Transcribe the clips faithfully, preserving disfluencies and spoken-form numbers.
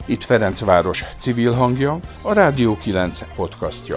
Itt Ferencváros civil hangja, a Rádió kilenc podcastja.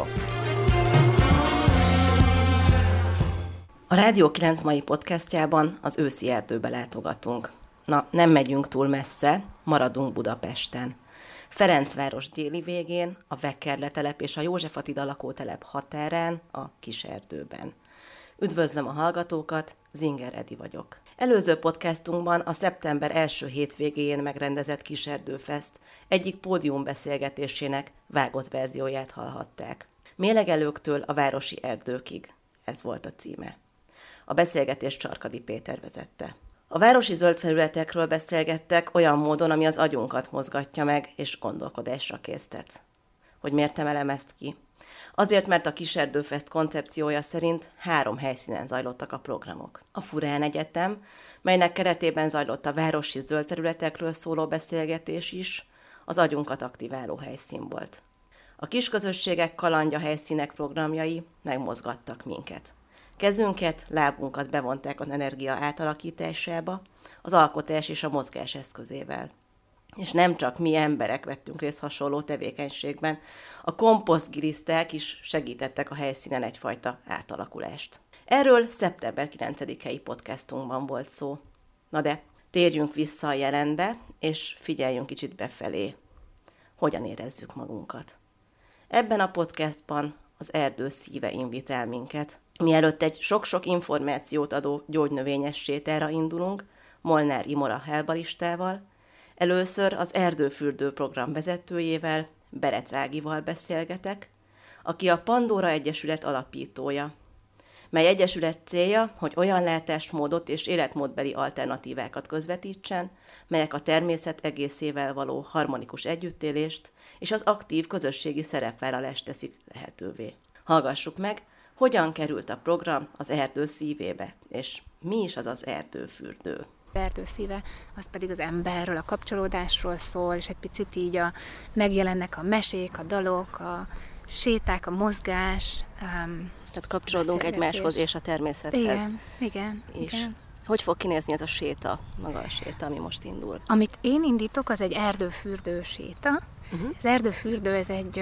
A Rádió kilenc mai podcastjában az őszi erdőbe látogatunk. Na, nem megyünk túl messze, maradunk Budapesten. Ferencváros déli végén, a Vekkerletelep és a József Attila lakótelep határán, a Kiserdőben. Üdvözlöm a hallgatókat, Zinger Edi vagyok. Előző podcastunkban a szeptember első hétvégén megrendezett Kiserdőfest egyik pódiumbeszélgetésének vágott verzióját hallhatták. Mélegelőktől a városi erdőkig. Ez volt a címe. A beszélgetést Csarkadi Péter vezette. A városi zöld felületekről beszélgettek olyan módon, ami az agyunkat mozgatja meg és gondolkodásra késztet. Hogy miért emelem ezt ki? Azért, mert a Kiserdőfest koncepciója szerint három helyszínen zajlottak a programok. A Furán Egyetem, melynek keretében zajlott a városi zöld területekről szóló beszélgetés is, az agyunkat aktiváló helyszín volt. A kisközösségek kalandja helyszínek programjai megmozgattak minket. Kezünket, lábunkat bevonták az energia átalakításába, az alkotás és a mozgás eszközével. És nem csak mi emberek vettünk részt hasonló tevékenységben, a komposztgiliszták is segítettek a helyszínen egyfajta átalakulást. Erről szeptember kilencedikei podcastunkban volt szó. Na de térjünk vissza a jelenbe, és figyeljünk kicsit befelé. Hogyan érezzük magunkat? Ebben a podcastban az erdő szíve invitál minket. Mielőtt egy sok-sok információt adó gyógynövényes sétára indulunk, Molnár Imora herbalistával, először az Erdőfürdő program vezetőjével, Berec Ágival beszélgetek, aki a Pandora Egyesület alapítója, mely egyesület célja, hogy olyan látásmódot és életmódbeli alternatívákat közvetítsen, melyek a természet egészével való harmonikus együttélést és az aktív közösségi szerepvállalást teszik lehetővé. Hallgassuk meg, hogyan került a program az erdő szívébe, és mi is az az erdőfürdő. Az erdő szíve, az pedig az emberről, a kapcsolódásról szól, és egy picit így a, megjelennek a mesék, a dalok, a séták, a mozgás. Um, Tehát kapcsolódunk egymáshoz és a természethez. Igen, igen, és igen. Hogy fog kinézni ez a séta, maga a séta, ami most indul? Amit én indítok, az egy erdőfürdő séta. Uh-huh. Az erdőfürdő, ez egy,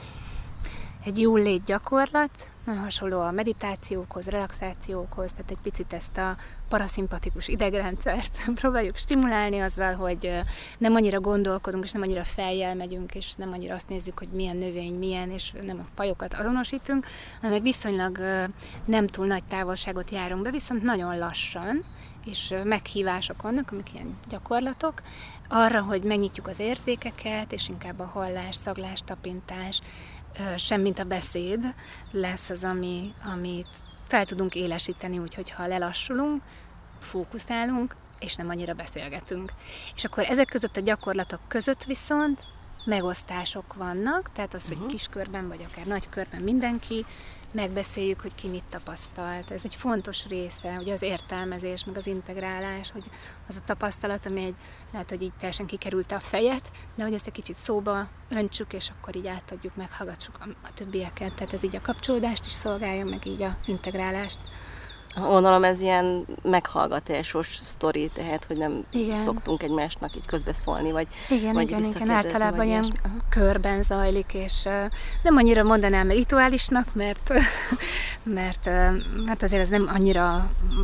egy jól lét gyakorlat, nagyon hasonló a meditációkhoz, relaxációkhoz, tehát egy picit ezt a paraszimpatikus idegrendszert próbáljuk stimulálni azzal, hogy nem annyira gondolkodunk, és nem annyira fejjel megyünk, és nem annyira azt nézzük, hogy milyen növény, milyen, és nem a fajokat azonosítunk, hanem meg viszonylag nem túl nagy távolságot járunk be, viszont nagyon lassan, és meghívások vannak, amik ilyen gyakorlatok, arra, hogy megnyitjuk az érzékeket, és inkább a hallás, szaglás, tapintás, semmint a beszéd lesz az, ami, amit fel tudunk élesíteni, úgyhogy ha lelassulunk, fókuszálunk, és nem annyira beszélgetünk. És akkor ezek között a gyakorlatok között viszont megosztások vannak, tehát az, uh-huh. hogy kiskörben vagy akár nagy körben mindenki, megbeszéljük, hogy ki mit tapasztalt. Ez egy fontos része, ugye az értelmezés, meg az integrálás, hogy az a tapasztalat, ami egy, lehet, hogy így teljesen kikerült a fejet, de hogy ezt egy kicsit szóba öntsük, és akkor így átadjuk, meghallgassuk a, a többieket. Tehát ez így a kapcsolódást is szolgálja, meg így a integrálást. Gondolom ez ilyen meghallgatásos sztori, tehát, hogy nem igen. szoktunk egymásnak így közbeszólni, vagy Igen, vagy igen, igen, általában ilyen uh-huh. körben zajlik, és uh, nem annyira mondanám rituálisnak, mert, mert, uh, mert azért ez nem annyira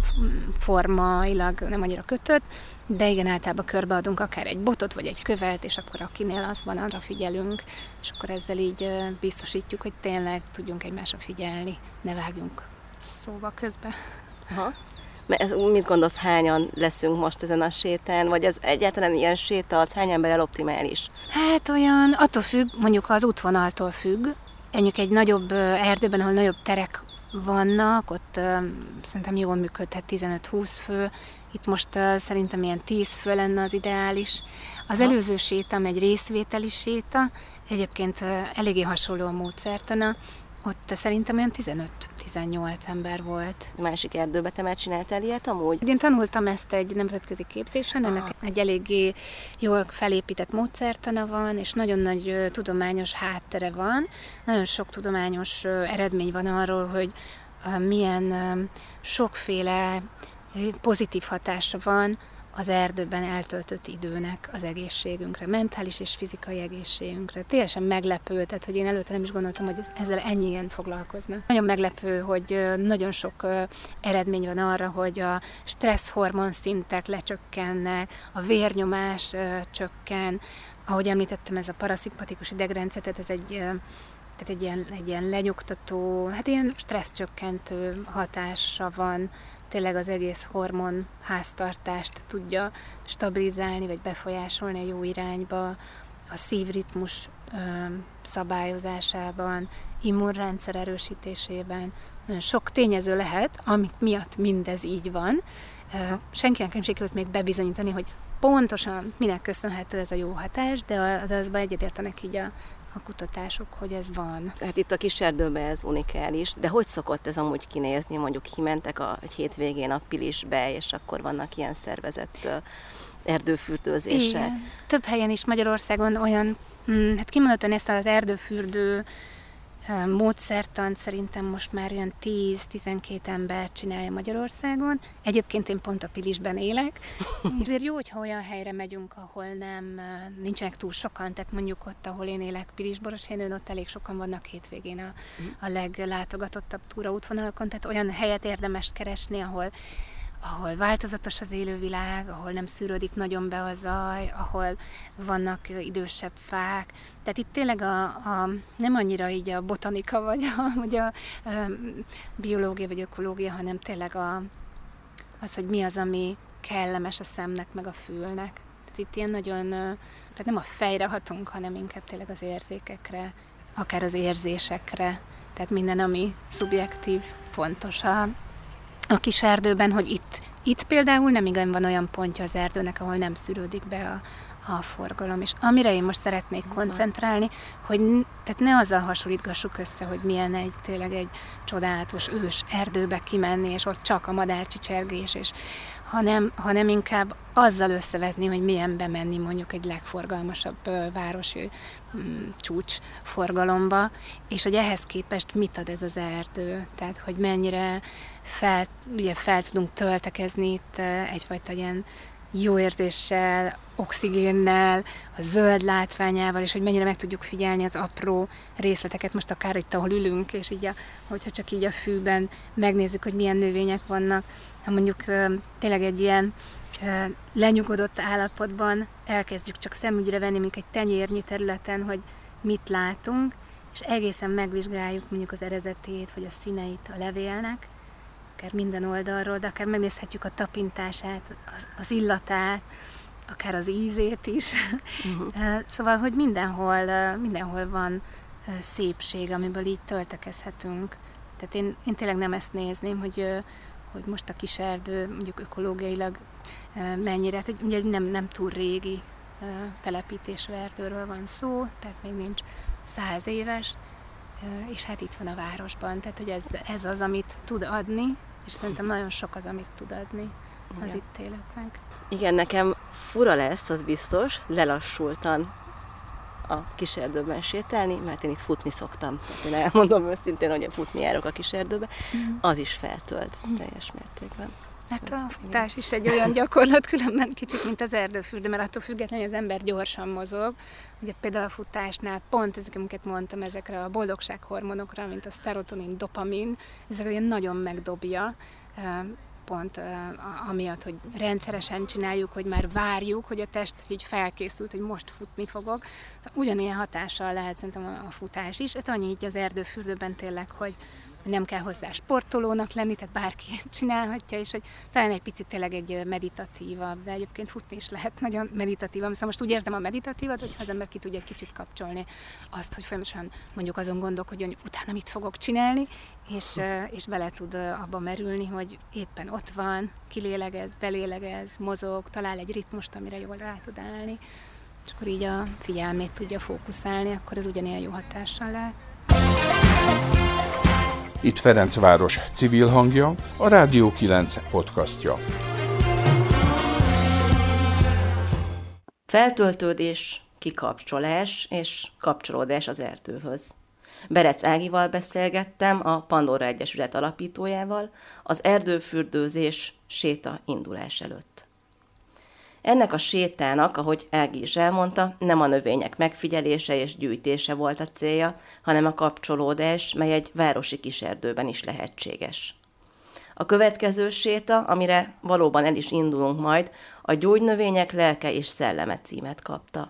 formailag, nem annyira kötött, de igen, általában körbeadunk akár egy botot, vagy egy követ, és akkor akinél az van, arra figyelünk, és akkor ezzel így uh, biztosítjuk, hogy tényleg tudjunk egymásra figyelni, ne vágjunk szóba közben. Aha. Ez, mit gondolsz, hányan leszünk most ezen a sétán, vagy ez egyáltalán ilyen séta, az hány emberrel optimális? Hát olyan, attól függ, mondjuk az útvonaltól függ. Mondjuk egy nagyobb erdőben, ahol nagyobb terek vannak, ott uh, szerintem jól működhet tizenöt-húsz fő, itt most uh, szerintem ilyen tíz fő lenne az ideális. Az Aha. előző séta, egy részvételi séta, egyébként uh, eléggé hasonló a módszertana, ott szerintem olyan tizenöt-tizennyolc ember volt. A másik erdőbe te már csináltál ilyet amúgy? Én tanultam ezt egy nemzetközi képzésen, ennek ah. egy eléggé jól felépített módszertana van, és nagyon nagy uh, tudományos háttere van. Nagyon sok tudományos uh, eredmény van arról, hogy uh, milyen uh, sokféle uh, pozitív hatása van az erdőben eltöltött időnek az egészségünkre, mentális és fizikai egészségünkre. Teljesen meglepő, tehát hogy én előtte nem is gondoltam, hogy ezzel ennyien foglalkoznak. Nagyon meglepő, hogy nagyon sok eredmény van arra, hogy a stresszhormon szintek lecsökkennek, a vérnyomás csökken, ahogy említettem, ez a paraszimpatikus idegrendszer, tehát ez egy Tehát egy ilyen, egy ilyen lenyugtató, hát ilyen stresszcsökkentő hatása van, tényleg az egész hormon háztartást tudja stabilizálni, vagy befolyásolni a jó irányba, a szívritmus ö, szabályozásában, immunrendszer erősítésében. Nagyon sok tényező lehet, amik miatt mindez így van. Senkinek nem sikerült még bebizonyítani, hogy pontosan minek köszönhető ez a jó hatás, de az azban egyetértenek így a a kutatások, hogy ez van. Hát itt a Kiserdőben ez unikális, de hogy szokott ez amúgy kinézni? Mondjuk kimentek a, egy hétvégén a Pilisbe, és akkor vannak ilyen szervezett uh, erdőfürdőzések. Igen. Több helyen is Magyarországon olyan, hm, hát kimondottan ezt az erdőfürdő uh, módszertant szerintem most már olyan tíz-tizenkét ember csinálja Magyarországon. Egyébként én pont a Pilisben élek. Ezért jó, hogyha olyan helyre megyünk, ahol nem, nincsenek túl sokan, tehát mondjuk ott, ahol én élek, Pilis-Boroshénőn, ott elég sokan vannak hétvégén a, a leglátogatottabb túraútvonalakon, tehát olyan helyet érdemes keresni, ahol ahol változatos az élővilág, ahol nem szűrődik nagyon be a zaj, ahol vannak idősebb fák. Tehát itt tényleg a, a, nem annyira így a botanika, vagy a, vagy a, a biológia, vagy ökológia, hanem tényleg a, az, hogy mi az, ami kellemes a szemnek, meg a fülnek. Tehát itt ilyen nagyon, tehát nem a fejre hatunk, hanem inkább tényleg az érzékekre, akár az érzésekre. Tehát minden, ami szubjektív, fontos a, a kis erdőben, hogy itt, itt például nem igen van olyan pontja az erdőnek, ahol nem szűrődik be a, a forgalom. És amire én most szeretnék koncentrálni, hogy tehát ne azzal hasonlítgassuk össze, hogy milyen egy tényleg egy csodálatos ős erdőbe kimenni, és ott csak a madárcsicsergés, és hanem, hanem inkább azzal összevetni, hogy milyen bemenni mondjuk egy legforgalmasabb uh, városi um, csúcs forgalomba, és hogy ehhez képest mit ad ez az erdő, tehát hogy mennyire fel, ugye fel tudunk töltekezni itt uh, egyfajta ilyen jó érzéssel, oxigénnel, a zöld látványával, és hogy mennyire meg tudjuk figyelni az apró részleteket, most akár itt, ahol ülünk, és így a, hogyha csak így a fűben megnézzük, hogy milyen növények vannak, ha mondjuk tényleg egy ilyen lenyugodott állapotban elkezdjük csak szemügyre venni, mondjuk egy tenyérnyi területen, hogy mit látunk, és egészen megvizsgáljuk mondjuk az erezetét, vagy a színeit a levélnek, akár minden oldalról, de akár megnézhetjük a tapintását, az, az illatát, akár az ízét is. Uh-huh. Szóval, hogy mindenhol, mindenhol van szépség, amiből így töltekezhetünk. Tehát én, én tényleg nem ezt nézném, hogy, hogy most a Kiserdő mondjuk ökológiailag mennyire, hát ugye nem, nem túl régi telepítésű erdőről van szó, tehát még nincs száz éves, és hát itt van a városban, tehát hogy ez, ez az, amit tud adni, és szerintem nagyon sok az, amit tud adni az Igen. itt élőknek. Igen, nekem fura lesz, az biztos, lelassultan a Kiserdőben sétálni, mert én itt futni szoktam. Tehát én elmondom őszintén, hogy futni járok a Kiserdőbe, mm. az is feltölt teljes mértékben. Hát a futás is egy olyan gyakorlat, különben kicsit, mint az erdőfürdő, mert attól függetlenül az ember gyorsan mozog. Ugye például a futásnál pont ezek, amiket mondtam, ezekre a boldogsághormonokra, mint a szterotonin, dopamin, ezek ilyen nagyon megdobja, pont amiatt, hogy rendszeresen csináljuk, hogy már várjuk, hogy a test így felkészült, hogy most futni fogok. Szóval ugyanilyen hatással lehet szerintem a futás is. Hát annyi így az erdőfürdőben tényleg, hogy nem kell hozzá sportolónak lenni, tehát bárki csinálhatja, és hogy talán egy picit tényleg egy meditatívabb, de egyébként futni is lehet nagyon meditatívabb. Szóval most úgy érzem a meditatívat, hogy az ember ki tudja egy kicsit kapcsolni azt, hogy folyamatosan mondjuk azon gondolkodjon, hogy utána mit fogok csinálni, és, és bele tud abba merülni, hogy éppen ott van, kilélegez, belélegez, mozog, talál egy ritmust, amire jól rá tud állni, és akkor így a figyelmét tudja fókuszálni, akkor ez ugyanilyen jó hatással lehet. Itt Ferencváros civil hangja, a Rádió kilenc podcastja. Feltöltődés, kikapcsolás és kapcsolódás az erdőhöz. Berec Ágival beszélgettem, a Pandora Egyesület alapítójával, az erdőfürdőzés séta indulás előtt. Ennek a sétának, ahogy Ági is elmondta, nem a növények megfigyelése és gyűjtése volt a célja, hanem a kapcsolódás, mely egy városi kiserdőben is lehetséges. A következő séta, amire valóban el is indulunk majd, a Gyógynövények lelke és szelleme címet kapta.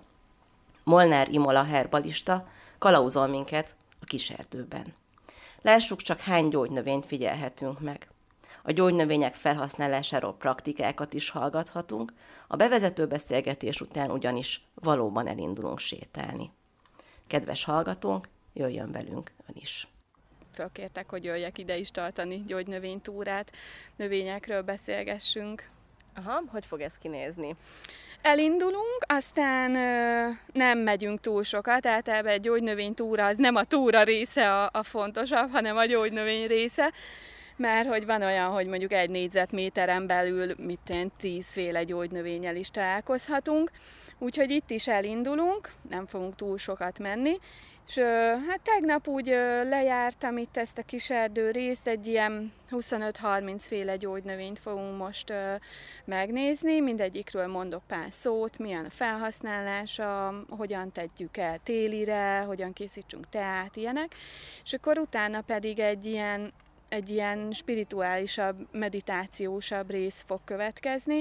Molnár Imola herbalista kalauzol minket a kiserdőben. Lássuk csak, hány gyógynövényt figyelhetünk meg. A gyógynövények felhasználásáról praktikákat is hallgathatunk, a bevezető beszélgetés után ugyanis valóban elindulunk sétálni. Kedves hallgatónk, jöjjön velünk ön is! Fölkértek, hogy jöjjek ide is tartani gyógynövénytúrát, növényekről beszélgessünk. Aha, hogy fog ez kinézni? Elindulunk, aztán ö, nem megyünk túl sokat, általában egy gyógynövénytúra az nem a túra része a, a fontosabb, hanem a gyógynövény része, mert hogy van olyan, hogy mondjuk egy négyzetméteren belül mit tízféle gyógynövénnyel is találkozhatunk, úgyhogy itt is elindulunk, nem fogunk túl sokat menni, és hát tegnap úgy lejártam itt ezt a kiserdő részt, egy ilyen huszonöt-harminc féle gyógynövényt fogunk most megnézni, mindegyikről mondok pár szót, milyen a felhasználása, hogyan tegyük el télire, hogyan készítsünk teát, ilyenek, és akkor utána pedig egy ilyen egy ilyen spirituálisabb, meditációsabb rész fog következni,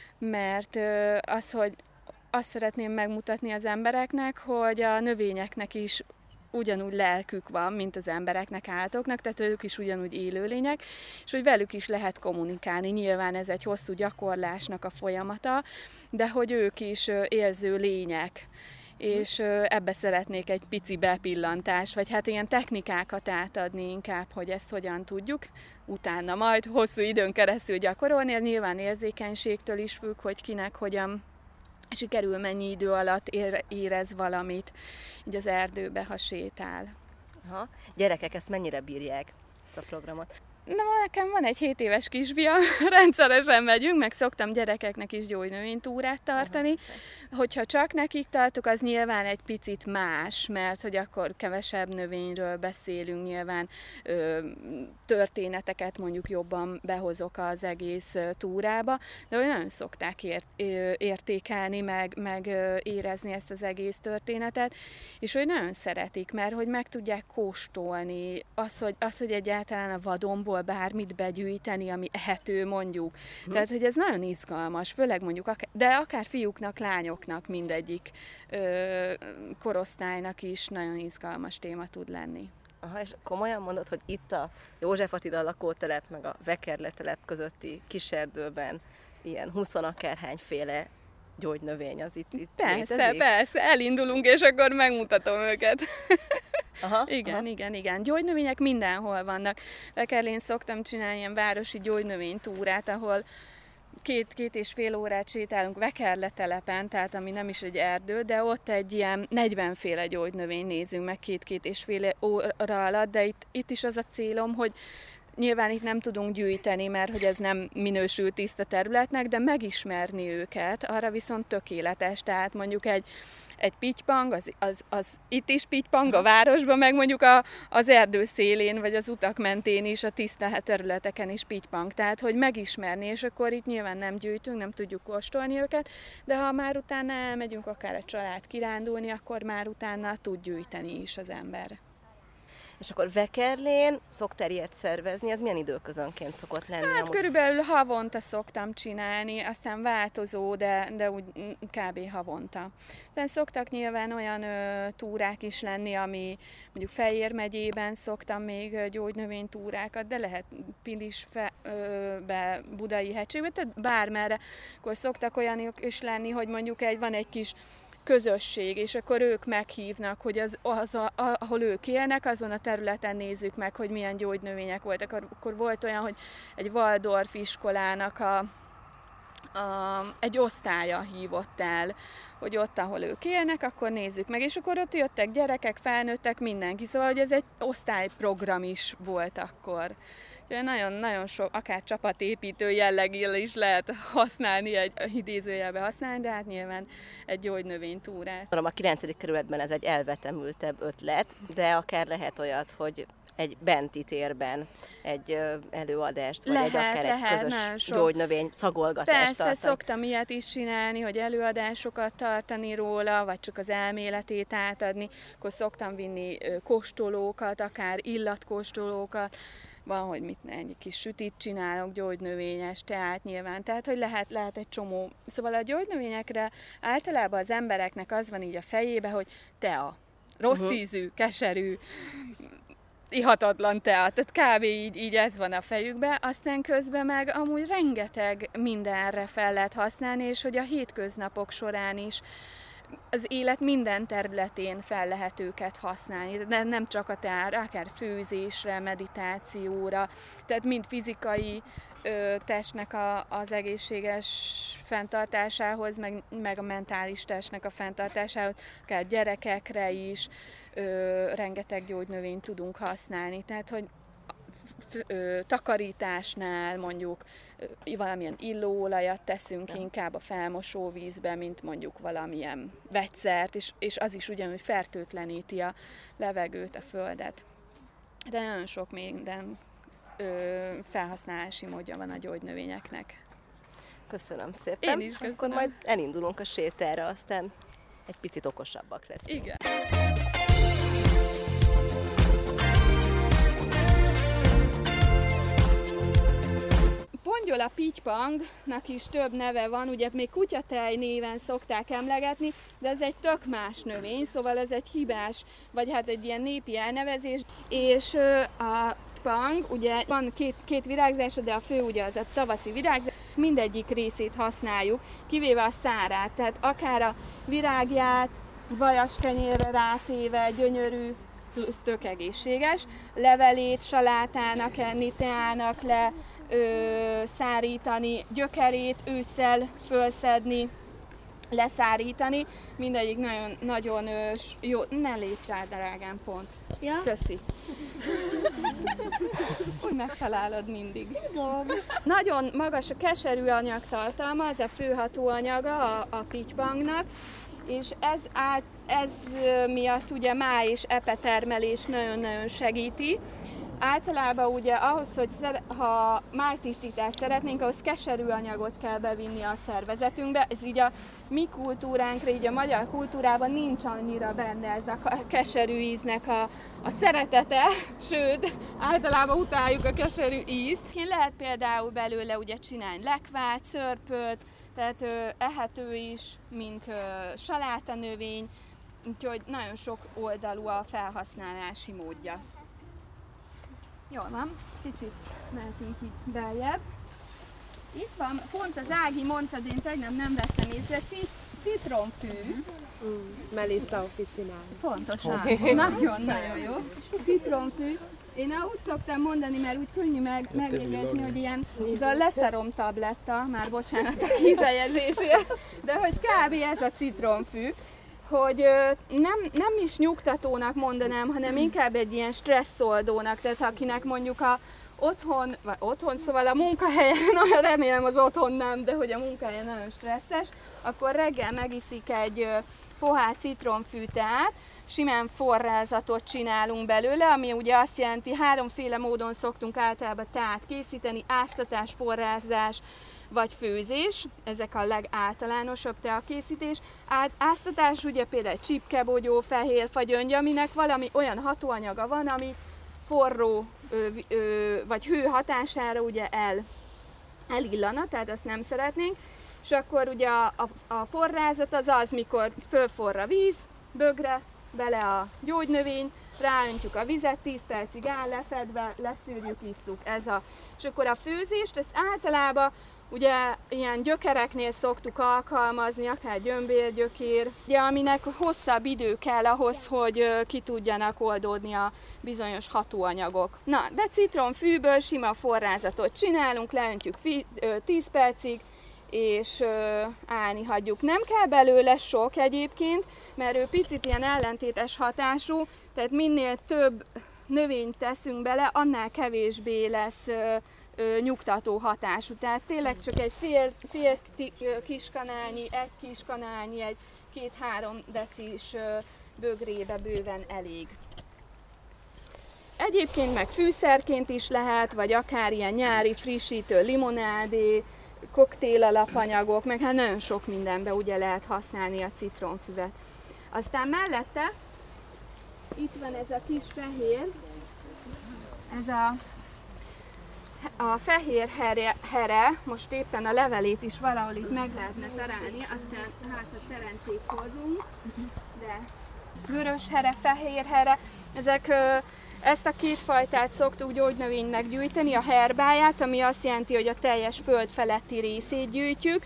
mert az, hogy azt szeretném megmutatni az embereknek, hogy a növényeknek is ugyanúgy lelkük van, mint az embereknek, állatoknak, tehát ők is ugyanúgy élőlények, és hogy velük is lehet kommunikálni. Nyilván ez egy hosszú gyakorlásnak a folyamata, de hogy ők is érző lények. És ebbe szeretnék egy pici bepillantást, vagy hát ilyen technikákat átadni inkább, hogy ezt hogyan tudjuk, utána majd hosszú időn keresztül gyakorolni, ez nyilván érzékenységtől is függ, hogy kinek hogyan sikerül, mennyi idő alatt érez valamit így az erdőbe, ha sétál. Aha. Gyerekek ezt mennyire bírják, ezt a programot? Na, nekem van egy hét éves kisfiam, rendszeresen megyünk, meg szoktam gyerekeknek is gyógynövénytúrát tartani. Aha, hogyha csak nekik tartok, az nyilván egy picit más, mert hogy akkor kevesebb növényről beszélünk, nyilván ö, történeteket mondjuk jobban behozok az egész túrába, de hogy nagyon szokták ért, ö, értékelni, meg, meg ö, érezni ezt az egész történetet, és hogy nagyon szeretik, mert hogy meg tudják kóstolni, az, hogy, az, hogy egyáltalán a vadonból bármit begyűjteni, ami ehető mondjuk. Hm. Tehát, hogy ez nagyon izgalmas, főleg mondjuk, akár, de akár fiúknak, lányoknak, mindegyik ö, korosztálynak is nagyon izgalmas téma tud lenni. Aha, és komolyan mondod, hogy itt a József Attila lakótelep meg a Vekerle telep közötti kiserdőben ilyen huszonakárhányféle gyógynövény az itt, itt Persze, létezik? persze, elindulunk, és akkor megmutatom őket. Aha, igen, aha. igen, igen. Gyógynövények mindenhol vannak. Vekerlén szoktam csinálni ilyen városi gyógynövénytúrát, ahol két, két és fél órát sétálunk Vekerle telepen, tehát ami nem is egy erdő, de ott egy ilyen negyvenféle gyógynövény nézünk meg két-két és fél óra alatt, de itt, itt is az a célom, hogy nyilván itt nem tudunk gyűjteni, mert hogy ez nem minősül tiszta területnek, de megismerni őket, arra viszont tökéletes. Tehát mondjuk egy, egy pittypang, az, az, az itt is pittypang a városban, meg mondjuk a, az erdő szélén, vagy az utak mentén is, a tiszta területeken is pittypang. Tehát, hogy megismerni, és akkor itt nyilván nem gyűjtünk, nem tudjuk kóstolni őket, de ha már utána elmegyünk akár a család kirándulni, akkor már utána tud gyűjteni is az ember. És akkor Vekerlén szoktál ilyet szervezni, az milyen időközönként szokott lenni? Hát amúgy? körülbelül havonta szoktam csinálni, aztán változó, de, de úgy kb. Havonta. De szoktak nyilván olyan ö, túrák is lenni, ami mondjuk Fejér megyében szoktam még ö, gyógynövénytúrákat, de lehet Pilisbe, Budai hegységbe, tehát bármerre. Akkor szoktak olyanok is lenni, hogy mondjuk egy, van egy kis közösség, és akkor ők meghívnak, hogy az, az a, ahol ők élnek, azon a területen nézzük meg, hogy milyen gyógynövények voltak. Akkor, akkor volt olyan, hogy egy Waldorf iskolának a, a, egy osztálya hívott el, hogy ott, ahol ők élnek, akkor nézzük meg. És akkor ott jöttek gyerekek, felnőttek, mindenki. Szóval, hogy ez egy osztályprogram is volt akkor. Nagyon-nagyon sok, akár csapatépítő jelleggel is lehet használni, egy idézőjelbe használni, de hát nyilván egy gyógynövénytúrát. A kilencedik kerületben ez egy elvetemültebb ötlet, de akár lehet olyat, hogy egy benti térben egy előadást, vagy lehet, egy akár lehet, egy közös sok... gyógynövény szagolgatást Persze, tartani. szoktam ilyet is csinálni, hogy előadásokat tartani róla, vagy csak az elméletét átadni. Akkor szoktam vinni kóstolókat, akár illatkóstolókat, van, hogy mit egy kis sütit csinálok, gyógynövényes teát nyilván, tehát hogy lehet, lehet egy csomó. Szóval a gyógynövényekre általában az embereknek az van így a fejébe, hogy tea, rossz uh-huh. ízű, keserű, ihatatlan tea, tehát kb. Így, így ez van a fejükbe, aztán közben meg amúgy rengeteg mindenre fel lehet használni, és hogy a hétköznapok során is az élet minden területén fel lehet őket használni, de nem csak a teára, akár főzésre, meditációra, tehát mind fizikai ö, testnek a, az egészséges fenntartásához, meg, meg a mentális testnek a fenntartásához, akár gyerekekre is ö, rengeteg gyógynövényt tudunk használni, tehát hogy Ö, takarításnál mondjuk ö, valamilyen illóolajat teszünk ja. inkább a felmosóvízbe, mint mondjuk valamilyen vegyszert, és, és az is ugyanúgy fertőtleníti a levegőt, a földet. De nagyon sok minden ö, felhasználási módja van a gyógynövényeknek. Köszönöm szépen. Én is köszönöm. Akkor majd elindulunk a sétára, aztán egy picit okosabbak leszünk. Igen. Pongyola pittypangnak is több neve van, ugye még kutyatej néven szokták emlegetni, de ez egy tök más növény, szóval ez egy hibás, vagy hát egy ilyen népi elnevezés, és a pang, ugye van két, két virágzása, de a fő ugye az a tavaszi virágzás, mindegyik részét használjuk, kivéve a szárát, tehát akár a virágját, vajaskenyérre rátéve, gyönyörű, plusz tök egészséges, levelét salátának enni, teának le, Ö, szárítani, gyökerét ősszel fölszedni, leszárítani, mindegyik nagyon, nagyon ö, jó, ne lépj rá, drágám, pont. Ja? Köszi. Úgy megtalálod mindig. Tudom. Nagyon magas a keserű anyagtartalma, az a fő hatóanyaga a, a pittypangnak, és ez, át, ez miatt ugye máj és epe termelés nagyon-nagyon segíti. Általában ugye ahhoz, hogy szer- ha májtisztítást szeretnénk, ahhoz keserű anyagot kell bevinni a szervezetünkbe. Ez így a mi kultúránkra, így a magyar kultúrában nincs annyira benne ez a keserű íznek a, a szeretete, sőt, általában utáljuk a keserű ízt. Lehet például belőle ugye csinálni lekvát, szörpöt, tehát ö, ehető is, mint ö, salátanövény, úgyhogy nagyon sok oldalú a felhasználási módja. Jól van, kicsit mehetünk itt beljebb. Itt van, pont az Ági mondtad, én tegnap nem vettem észre, cit- citromfű. Mm, Melissa officinál. Pontosan, nagyon-nagyon jó. Citromfű. Én úgy szoktam mondani, mert úgy könnyű meg, megjegyezni, hogy ilyen ez a leszarom tabletta, már bocsánat a kifejezésért, de hogy kb. Ez a citromfű, hogy nem, nem is nyugtatónak mondanám, hanem inkább egy ilyen stresszoldónak, tehát akinek mondjuk a otthon, vagy otthon, szóval a munkahelyen, olyan remélem az otthon nem, de hogy a munkahelyen nagyon stresszes, akkor reggel megiszik egy pohár citromfű teát, simán forrázatot csinálunk belőle, ami ugye azt jelenti, háromféle módon szoktunk általában teát készíteni, áztatás, forrázás, vagy főzés, ezek a legáltalánosabb teakészítés. Áztatás ugye például csipkebogyó, fehérfa, gyöngy, aminek valami olyan hatóanyaga van, ami forró ö, ö, vagy hő hatására ugye el, elillana, tehát azt nem szeretnénk. És akkor ugye a, a, a forrázat az az, mikor fölforr a víz, bögre, bele a gyógynövény, ráöntjük a vizet, tíz percig áll lefedve, leszűrjük, isszuk. Ez a. És akkor a főzést, ezt általában ugye ilyen gyökereknél szoktuk alkalmazni, akár gyömbérgyökér, ugye, aminek hosszabb idő kell ahhoz, hogy ki tudjanak oldódni a bizonyos hatóanyagok. Na, de citromfűből sima forrázatot csinálunk, leöntjük tíz percig, és állni hagyjuk. Nem kell belőle sok egyébként, mert ő picit ilyen ellentétes hatású, tehát minél több növényt teszünk bele, annál kevésbé lesz Ö, nyugtató hatású. Tehát tényleg csak egy fél, fél kiskanálnyi, egy kiskanálnyi, egy két-három decis ö, bögrébe bőven elég. Egyébként meg fűszerként is lehet, vagy akár ilyen nyári frissítő limonádé, koktél alapanyagok, meg hát nagyon sok mindenbe ugye lehet használni a citronfüvet. Aztán mellette itt van ez a kis fehér, ez a, a fehér here, here, most éppen a levelét is valahol itt meg lehetne találni, aztán hát a szerencsét hozunk, de vörös here, fehér here, ezek, ezt a két fajtát szoktuk gyógynövénynek gyűjteni, a herbáját, ami azt jelenti, hogy a teljes föld feletti részét gyűjtjük,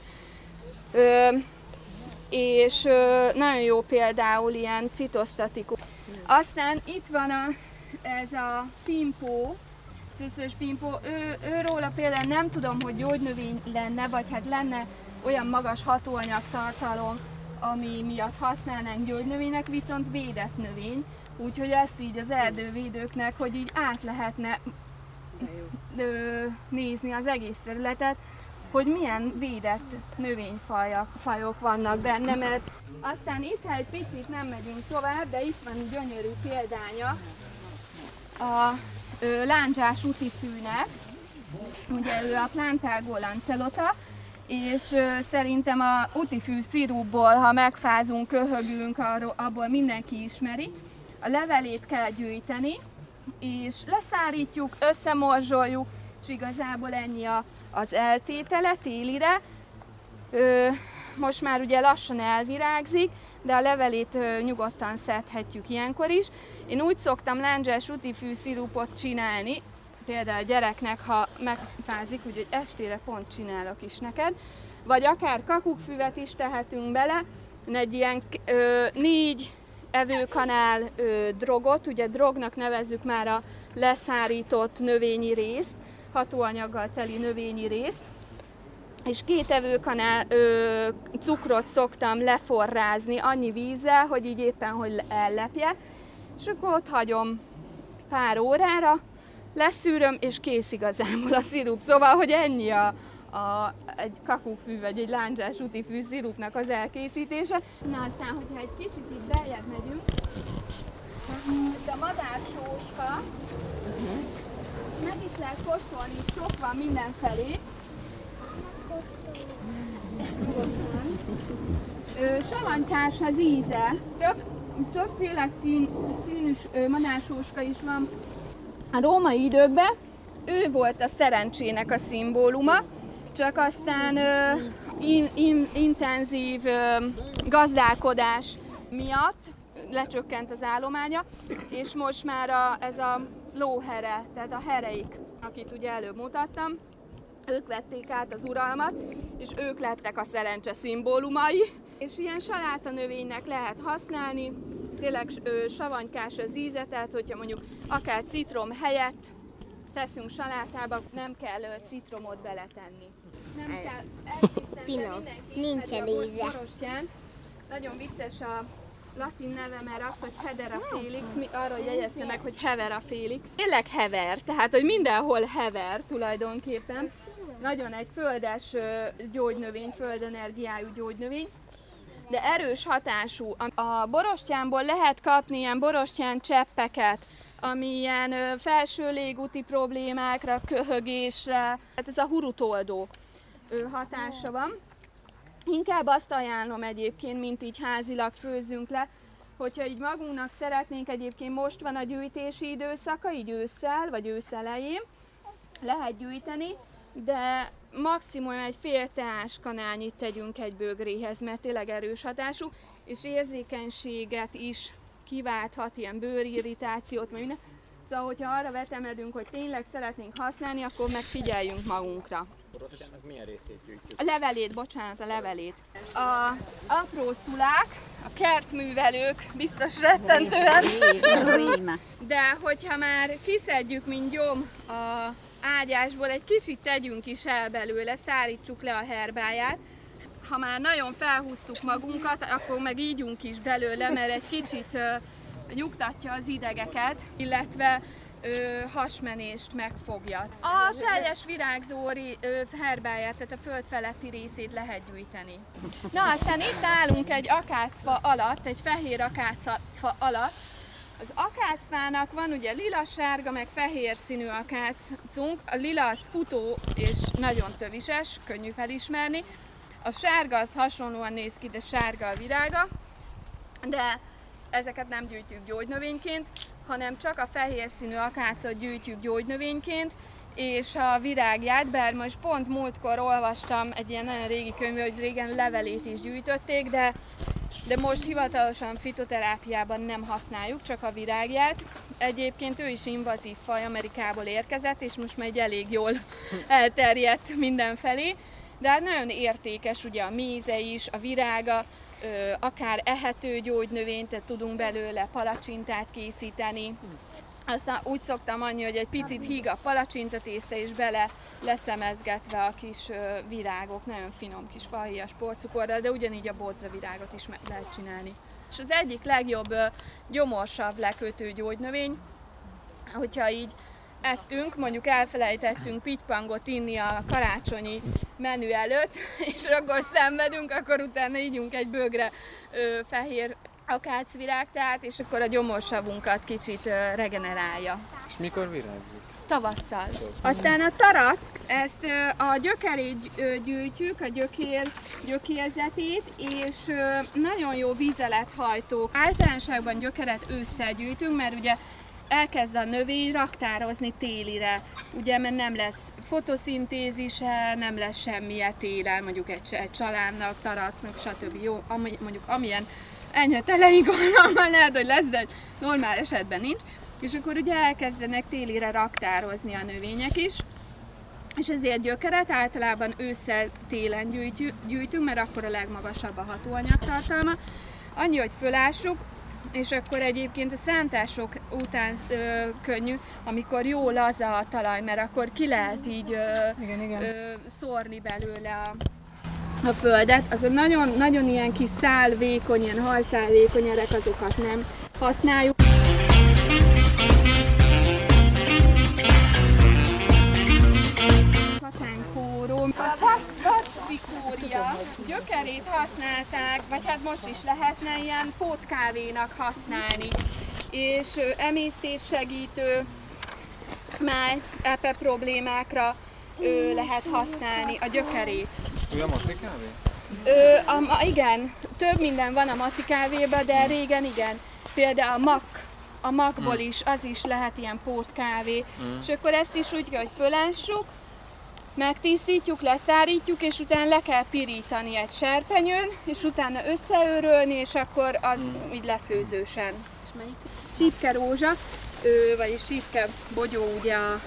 és nagyon jó például ilyen citosztatikus. Aztán itt van a, ez a pimpó, szőszős pimpó, ő, őróla például nem tudom, hogy gyógynövény lenne, vagy hát lenne olyan magas hatóanyagtartalom, ami miatt használnánk gyógynövénynek, viszont védett növény. Úgyhogy ezt így az erdővédőknek, hogy így át lehetne ö, nézni az egész területet, hogy milyen védett növényfajok vannak benne, mert aztán itt, ha egy picit nem megyünk tovább, de itt van gyönyörű példánya a ö, lándzsás utifűnek, ugye ő a Plantago lanceolata, és ö, szerintem a utifű szirupból, ha megfázunk, köhögünk, arról, abból mindenki ismeri. A levelét kell gyűjteni, és leszárítjuk, összemorzsoljuk, és igazából ennyi a, az eltétele télire. Ö, most már ugye lassan elvirágzik, de a levelét ö, nyugodtan szedhetjük ilyenkor is. Én úgy szoktam lándzsás utifű szirupot csinálni, például a gyereknek, ha megfázik, úgyhogy estére pont csinálok is neked, vagy akár kakukkfüvet is tehetünk bele, egy ilyen ö, négy evőkanál ö, drogot, ugye drognak nevezzük már a leszárított növényi részt, hatóanyaggal teli növényi rész, és két evőkanál ö, cukrot szoktam leforrázni annyi vízzel, hogy így éppen, hogy ellepje, és akkor ott hagyom pár órára, leszűröm, és kész igazából a szirup. Szóval, hogy ennyi a, a, egy kakukkfű vagy egy lándzsás utifű szirupnak az elkészítése. Na aztán, hogyha egy kicsit itt beljebb megyünk, ez a madársóska, meg is lehet kóstolni, itt sok van mindenfelé. Savanykás az íze, Több, többféle szín, színűs madársóska is van. A római időkben ő volt a szerencsének a szimbóluma, csak aztán ö, in, in, intenzív ö, gazdálkodás miatt lecsökkent az állománya, és most már a, ez a lóhere, tehát a hereik, akit ugye előbb mutattam, ők vették át az uralmat, és ők lettek a szerencse szimbólumai, és ilyen salátanövénynek lehet használni, tényleg ö, savanykás az íze, tehát hogyha mondjuk akár citrom helyett teszünk salátába, nem kell ö, citromot beletenni. Nem kell, elkészíteni nincsen íze. Borostyán. Nagyon vicces a latin neve, mert az, hogy Hedera Felix, mi arról jegyezte meg, hogy Hevera Felix. Tényleg hever, tehát hogy mindenhol hever tulajdonképpen. Nagyon egy földes ö, gyógynövény, földenergiájú gyógynövény. De erős hatású. A borostyánból lehet kapni ilyen borostyán cseppeket, ami ilyen felső légúti problémákra, köhögésre, tehát ez a hurutoldó hatása van. Inkább azt ajánlom egyébként, mint így házilag főzzünk le, hogyha így magunknak szeretnénk, egyébként most van a gyűjtési időszaka, így ősszel vagy ősz elején, lehet gyűjteni, de maximum egy fél teás kanálnyit tegyünk egy bögréhez, mert tényleg erős hatású, és érzékenységet is kiválthat, ilyen bőrirritációt, vagy minden. Szóval, hogyha arra vetemedünk, hogy tényleg szeretnénk használni, akkor meg figyeljünk magunkra. A borostyánnak milyen részét gyűjtjük? A levelét, bocsánat, a levelét. A apró szulák, a kertművelők biztos rettentően, de hogyha már kiszedjük, mint gyom a ágyásból, egy kicsit tegyünk is el belőle, szárítsuk le a herbáját. Ha már nagyon felhúztuk magunkat, akkor meg ígyunk is belőle, mert egy kicsit uh, nyugtatja az idegeket, illetve uh, hasmenést megfogja. A teljes virágzóri uh, herbáját, tehát a föld feletti részét lehet gyűjteni. Na, aztán itt állunk egy akácfa alatt, egy fehér akácfa alatt, Az akácfának van ugye lila-sárga, meg fehér színű akácunk. A lila az futó és nagyon tövises, könnyű felismerni. A sárga az hasonlóan néz ki, de sárga a virága. De ezeket nem gyűjtjük gyógynövényként, hanem csak a fehér színű akácot gyűjtjük gyógynövényként, és a virágját, bár most pont múltkor olvastam egy ilyen nagyon régi könyvű, hogy régen levelét is gyűjtötték, de, de most hivatalosan fitoterápiában nem használjuk, csak a virágját. Egyébként ő is invazív faj, Amerikából érkezett, és most már egy elég jól elterjedt mindenfelé, de hát nagyon értékes ugye a méze is, a virága, akár ehető gyógynövényt, tehát tudunk belőle palacsintát készíteni. Aztán úgy szoktam annyi, hogy egy picit híg a palacsintatészta, és bele leszemezgetve a kis virágok, nagyon finom kis fahéjas porcukorral, de ugyanígy a bodza virágot is meg lehet csinálni. És az egyik legjobb gyomorsav lekötő gyógynövény, hogyha így ettünk, mondjuk elfelejtettünk pitypangot inni a karácsonyi menü előtt, és akkor szenvedünk, akkor utána ígyunk egy bögre ö, fehér akácvirágteát, és akkor a gyomorsavunkat kicsit ö, regenerálja. És mikor virágzik? Tavasszal. Aztán a tarack, ezt ö, a gyökerét ö, gyűjtjük, a gyökér, gyökérzetét, és ö, nagyon jó vizelethajtó. Általánosságban gyökeret ősszel gyűjtünk, mert ugye elkezd a növény raktározni télire, ugye, mert nem lesz fotoszintézise, nem lesz semmilyen télen, mondjuk egy, egy csalánnak, taracnak, stb. Jó, mondjuk amilyen enyhe teleink van, lehet, hogy lesz, de egy normál esetben nincs, és akkor ugye elkezdenek télire raktározni a növények is, és ezért gyökeret általában ősszel télen gyűjtjük, gyűjtünk, mert akkor a legmagasabb a hatóanyagtartalma. Annyi, hogy fölássuk, és akkor egyébként a szántások után ö, könnyű, amikor jó laza a talaj, mert akkor ki lehet így ö, igen, igen. Ö, szórni belőle a, a földet. Az a nagyon, nagyon ilyen kis szálvékony, ilyen hajszálvékony erek, azokat nem használjuk. Katánkóró, vadcikória gyökerét használták, vagy hát most is lehetne ilyen pótkávénak használni, és emésztéssegítő, máj, epe problémákra ö, lehet használni a gyökerét. Ő a macikávé? Ö, a, a, igen, több minden van a macikávében, de régen igen. Például a mak, a makból is, az is lehet ilyen pótkávé. Mm. És akkor ezt is úgy kell, hogy fölássuk, megtisztítjuk, leszárítjuk, és utána le kell pirítani egy serpenyőn, és utána összeőrölni, és akkor az mm. így lefőzősen. És melyik? Csípke rózsa, ö, vagyis csípke bogyó ugye a,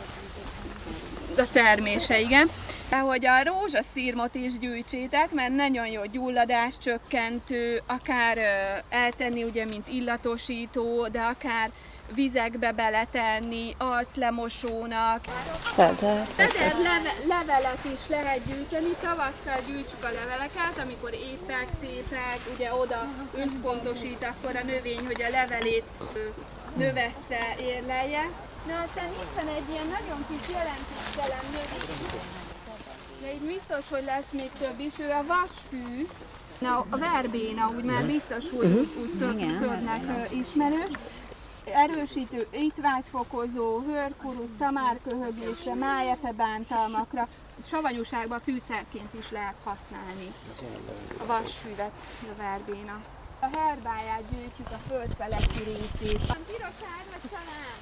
a termése, igen. Ahogy a rózsaszírmot is gyűjtsétek, mert nagyon jó gyulladás csökkentő, akár ö, eltenni ugye, mint illatosító, de akár vizekbe beletenni, arclemosónak. Szeder. Szeder leve, levelet is lehet gyűjteni, tavasszal gyűjtsük a leveleket, amikor épek, szépek, ugye oda összpontosít akkor a növény, hogy a levelét ö, növessze, érlelje. Na aztán itt van egy ilyen nagyon kis jelentéktelen növény. De így biztos, hogy lesz még több is, ő a vasfű. Na, a verbéna úgy már biztos, hogy úgy, úgy több, többnek ismerős. Erősítő, étvágyfokozó, hőrkurut, szamárköhögésre, májepe bántalmakra, savanyúságban fűszerként is lehet használni a vasfüvet, a verbéna. A herbáját gyűjtjük, a földfeletti részét. A piros árvacsalán.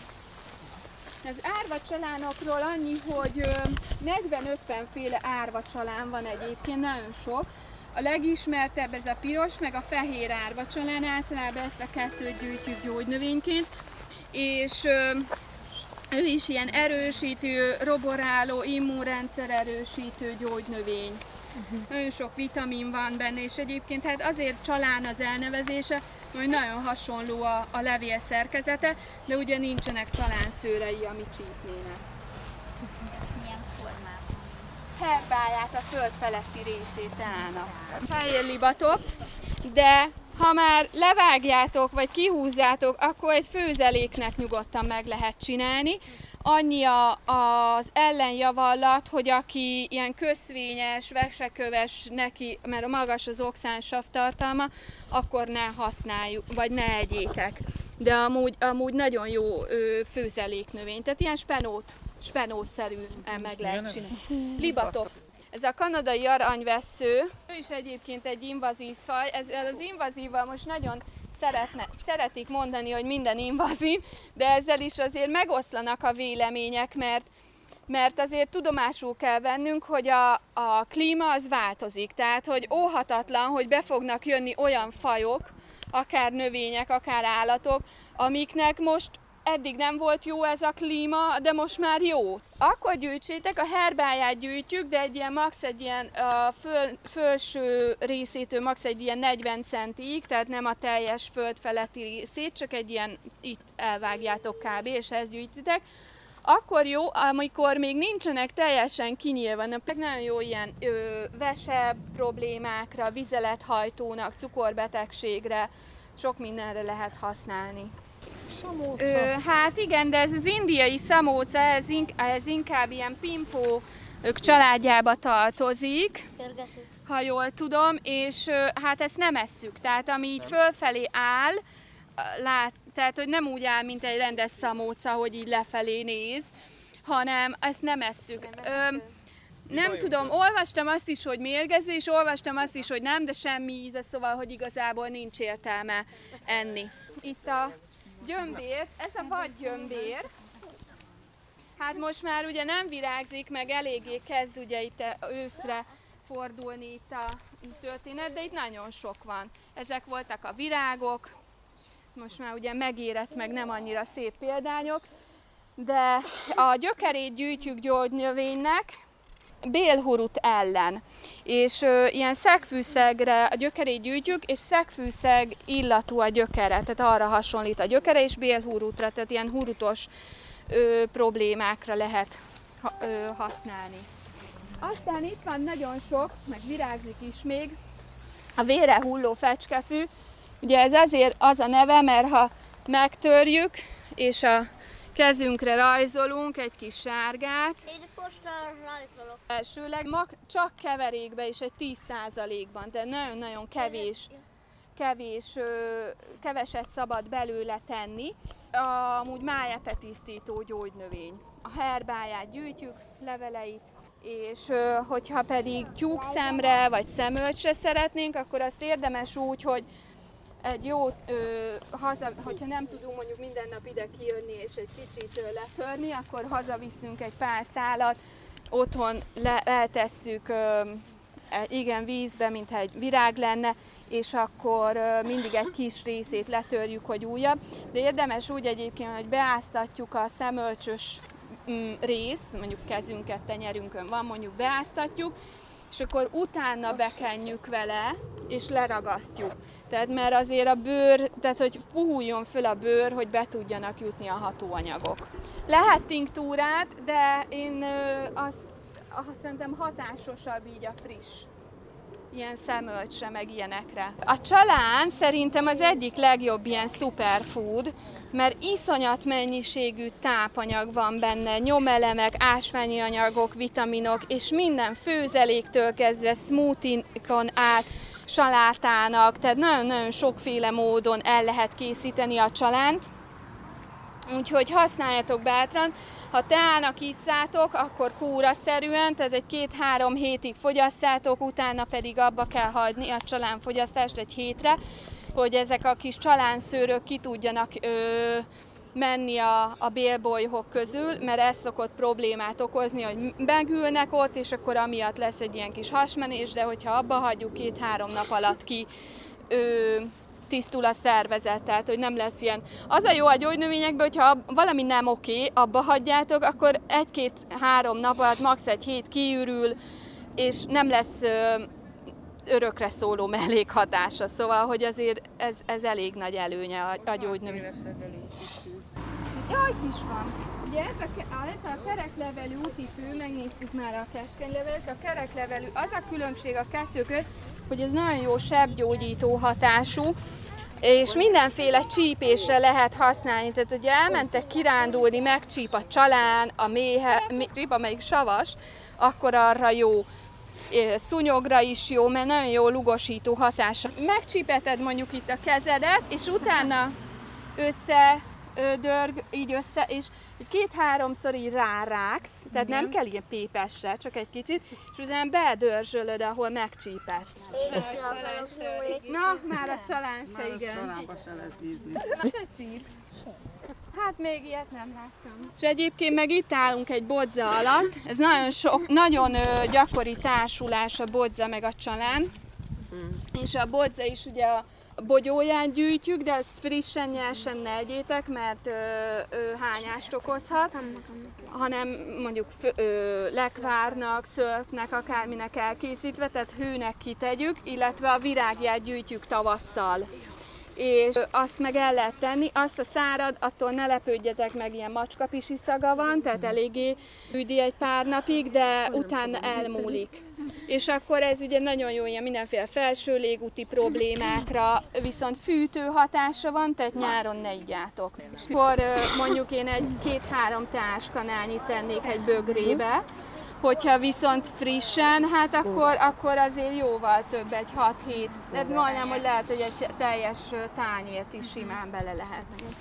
Az árvacsalánokról annyi, hogy negyven-ötven féle árvacsalán van egyébként, nagyon sok. A legismertebb ez a piros, meg a fehér árvacsalán, általában ezt a kettőt gyűjtjük gyógynövényként, és ő is ilyen erősítő, roboráló, immunrendszer erősítő gyógynövény. Uh-huh. Nagyon sok vitamin van benne, és egyébként hát azért csalán az elnevezése, hogy nagyon hasonló a, a levél szerkezete, de ugye nincsenek csalánszőrei, amit csípnének. Milyen formában? Herbáját, a föld feletti részét állnak. Fehér libatop, de ha már levágjátok, vagy kihúzzátok, akkor egy főzeléknek nyugodtan meg lehet csinálni. Annyi a, az ellenjavallat, hogy aki ilyen köszvényes, veseköves neki, mert magas az oxánsav tartalma, akkor ne használjuk, vagy ne egyétek. de amúgy, amúgy nagyon jó ö, főzeléknövény, tehát ilyen spenót, spenótszerűen meg lehet csinálni. Libatok. Ez a kanadai aranyvessző, ő is egyébként egy invazív faj, ezzel az invazívval most nagyon szeretne, szeretik mondani, hogy minden invazív, de ezzel is azért megoszlanak a vélemények, mert, mert azért tudomásul kell vennünk, hogy a, a klíma az változik, tehát hogy óhatatlan, hogy be fognak jönni olyan fajok, akár növények, akár állatok, amiknek most eddig nem volt jó ez a klíma, de most már jó. Akkor gyűjtsétek, a herbáját gyűjtjük, de egy ilyen max. egy ilyen a föl, felső részétől max. Egy ilyen negyven centig, tehát nem a teljes föld feletti részét, csak egy ilyen itt elvágjátok kb. És ezt gyűjtitek. Akkor jó, amikor még nincsenek teljesen kinyílva, nagyon jó ilyen ö, vese problémákra, vizelethajtónak, cukorbetegségre, sok mindenre lehet használni. Szamóca. Ö, hát igen, de ez az indiai szamóca, ez, ink- ez inkább ilyen pimpó ők családjába tartozik, Pörgető. ha jól tudom, és ö, hát ezt nem esszük, tehát ami így fölfelé áll, lát, tehát hogy nem úgy áll, mint egy rendes szamóca, hogy így lefelé néz, hanem ezt nem esszük. Ö, nem tudom, olvastam azt is, hogy mérgező, és olvastam azt is, hogy nem, de semmi íze, szóval, hogy igazából nincs értelme enni. Itt a gyömbér, ez a vadgyömbér, hát most már ugye nem virágzik, meg eléggé kezd ugye itt őszre fordulni itt a történet, de itt nagyon sok van. Ezek voltak a virágok, most már ugye megérett, meg nem annyira szép példányok, de a gyökerét gyűjtjük gyógynövénynek, bélhurut ellen, és ö, ilyen szegfűszegre a gyökerét gyűjtjük, és szegfűszeg illatú a gyökere, tehát arra hasonlít a gyökere, és bélhurutra, tehát ilyen hurutos ö, problémákra lehet ha, ö, használni. Aztán itt van nagyon sok, meg virágzik is még, a vére hulló fecskefű, ugye ez azért az a neve, mert ha megtörjük, és a kezünkre rajzolunk egy kis sárgát. Én postal rajzolok. Elsőleg mag, csak keverékbe és egy tíz százalékban, tehát nagyon-nagyon kevés, kevés, keveset szabad belőle tenni. Amúgy májepetisztító gyógynövény. A herbáját gyűjtjük, leveleit, és hogyha pedig tyúkszemre vagy szemölcsre szeretnénk, akkor azt érdemes úgy, hogy egy jó, ö, haza, hogyha nem tudunk mondjuk minden nap ide kijönni és egy kicsit ö, letörni, akkor hazaviszünk egy pár szálat, otthon le, eltesszük ö, igen vízbe, mintha egy virág lenne, és akkor ö, mindig egy kis részét letörjük, hogy újabb. De érdemes úgy egyébként, hogy beáztatjuk a szemölcsös mm, részt, mondjuk kezünket, tenyerünkön van, mondjuk beáztatjuk, és akkor utána bekenjük vele, és leragasztjuk. Tehát mert azért a bőr, tehát hogy puhuljon föl a bőr, hogy be tudjanak jutni a hatóanyagok. Lehet tinktúrát, de én ö, azt, azt szerintem hatásosabb így a friss. Ilyen szemölcsre, meg ilyenekre. A csalán szerintem az egyik legjobb ilyen superfood, mert iszonyat mennyiségű tápanyag van benne, nyomelemek, ásványi anyagok, vitaminok, és minden főzeléktől kezdve smoothie-kon át, salátának, tehát nagyon-nagyon sokféle módon el lehet készíteni a csalánt, úgyhogy használjátok bátran. Ha teának isszátok, akkor kúraszerűen, tehát egy két-három hétig fogyasszátok, utána pedig abba kell hagyni a csalánfogyasztást egy hétre, hogy ezek a kis csalánszőrök ki tudjanak ö, menni a, a bélbolyhok közül, mert ez szokott problémát okozni, hogy megülnek ott, és akkor amiatt lesz egy ilyen kis hasmenés, de hogyha abba hagyjuk két-három nap alatt ki, ö, tisztul a szervezet, tehát hogy nem lesz ilyen. Az a jó a gyógynövényekben, hogyha valami nem oké, abba hagyjátok, akkor egy-két-három nap alatt max. Egy hét kiürül, és nem lesz ö, örökre szóló mellékhatása. Szóval, hogy azért ez, ez elég nagy előnye a, a gyógynövény. Ja, itt is van. Ugye ez a, ez a kereklevelű útifű, megnéztük már a keskenylevelet, a kereklevelű, az a különbség a kettő között, hogy ez nagyon jó sebgyógyító hatású, és mindenféle csípésre lehet használni. Tehát, hogyha elmentek kirándulni, megcsíp a csalán, a méhe, csíp, amelyik savas, akkor arra jó. Szúnyogra is jó, mert nagyon jó lugosító hatása. Megcsípeted mondjuk itt a kezedet, és utána össze dörg, így össze, és két-háromszor így rárágsz, tehát nem kell ilyen pépessel, csak egy kicsit, és utána bedörzsölöd, ahol megcsípett. Én is akarok nyúlni. Na, már a csalán se, igen. Csalánba se lesz ízni. Na, se csíp. Hát még ilyet nem láttam. És egyébként meg itt állunk egy bodza alatt. Ez nagyon, sok, nagyon ö, gyakori társulás a bodza meg a csalán. Mm. És a bodza is ugye a bogyóját gyűjtjük, de ezt frissen, nyersen ne egyétek, mert ö, ö, hányást okozhat, hanem mondjuk fő, ö, lekvárnak, szörpnek, akárminek elkészítve, tehát hőnek kitegyük, illetve a virágját gyűjtjük tavasszal. És azt meg el lehet tenni, azt a szárad, attól ne lepődjetek meg, ilyen macskapisi szaga van, tehát eléggé üdi egy pár napig, de utána elmúlik. És akkor ez ugye nagyon jó ilyen mindenféle felső légúti problémákra, viszont fűtő hatása van, tehát nyáron ne igjátok. És akkor mondjuk én egy két-három teáskanálnyit tennék egy bögrébe, hogyha viszont frissen, hát akkor, akkor azért jóval több, egy hat-hét, de majdnem, hogy lehet, hogy egy teljes tányért is simán bele lehet.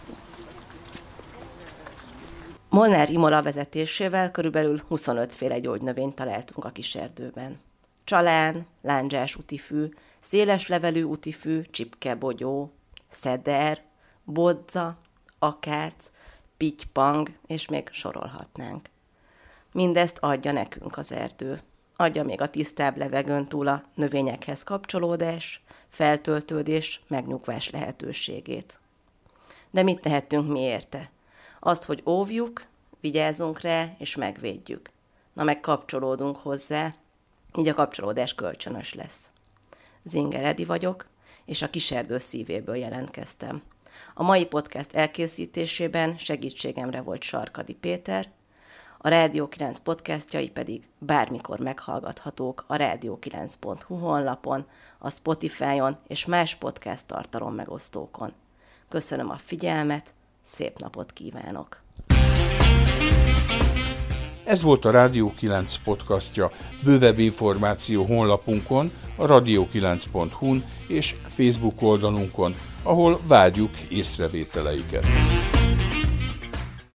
Molnár Imola vezetésével körülbelül huszonöt féle gyógynövényt találtunk a kiserdőben. Csalán, lándzsás utifű, széles levelű utifű, csipkebogyó, szeder, bodza, akác, pittypang, és még sorolhatnánk. Mindezt adja nekünk az erdő. Adja még a tisztább levegőn túl a növényekhez kapcsolódás, feltöltődés, megnyugvás lehetőségét. De mit tehetünk mi érte? Azt, hogy óvjuk, vigyázzunk rá és megvédjük. Na meg kapcsolódunk hozzá, így a kapcsolódás kölcsönös lesz. Zinger Edi vagyok, és a Kiserdő szívéből jelentkeztem. A mai podcast elkészítésében segítségemre volt Sarkadi Péter, a Rádió kilenc podcastjai pedig bármikor meghallgathatók a rádió kilenc pont hu honlapon, a Spotify-on és más podcast tartalom megosztókon. Köszönöm a figyelmet, szép napot kívánok! Ez volt a Rádió kilenc podcastja. Bővebb információ honlapunkon, a rádió kilenc pont hu-n és Facebook oldalunkon, ahol várjuk észrevételeiket.